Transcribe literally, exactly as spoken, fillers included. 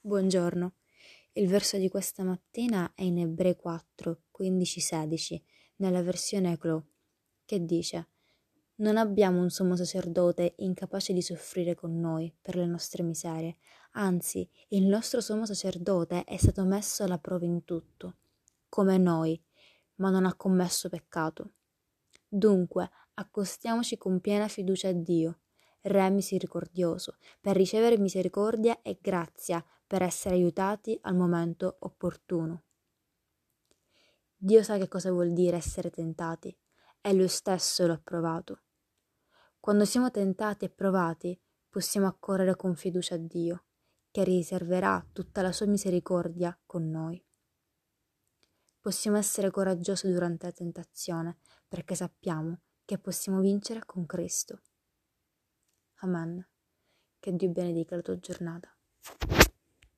Buongiorno, il verso di questa mattina è in Ebrei quattro, quindici sedici, nella versione Eclò, che dice: Non abbiamo un sommo sacerdote incapace di soffrire con noi per le nostre miserie, anzi, il nostro sommo sacerdote è stato messo alla prova in tutto, come noi, ma non ha commesso peccato. Dunque, accostiamoci con piena fiducia a Dio, Re misericordioso, per ricevere misericordia e grazia, per essere aiutati al momento opportuno. Dio sa che cosa vuol dire essere tentati, e Lui stesso lo ha provato. Quando siamo tentati e provati, possiamo accorrere con fiducia a Dio, che riserverà tutta la sua misericordia con noi. Possiamo essere coraggiosi durante la tentazione, perché sappiamo che possiamo vincere con Cristo. Amen. Che Dio benedica la tua giornata.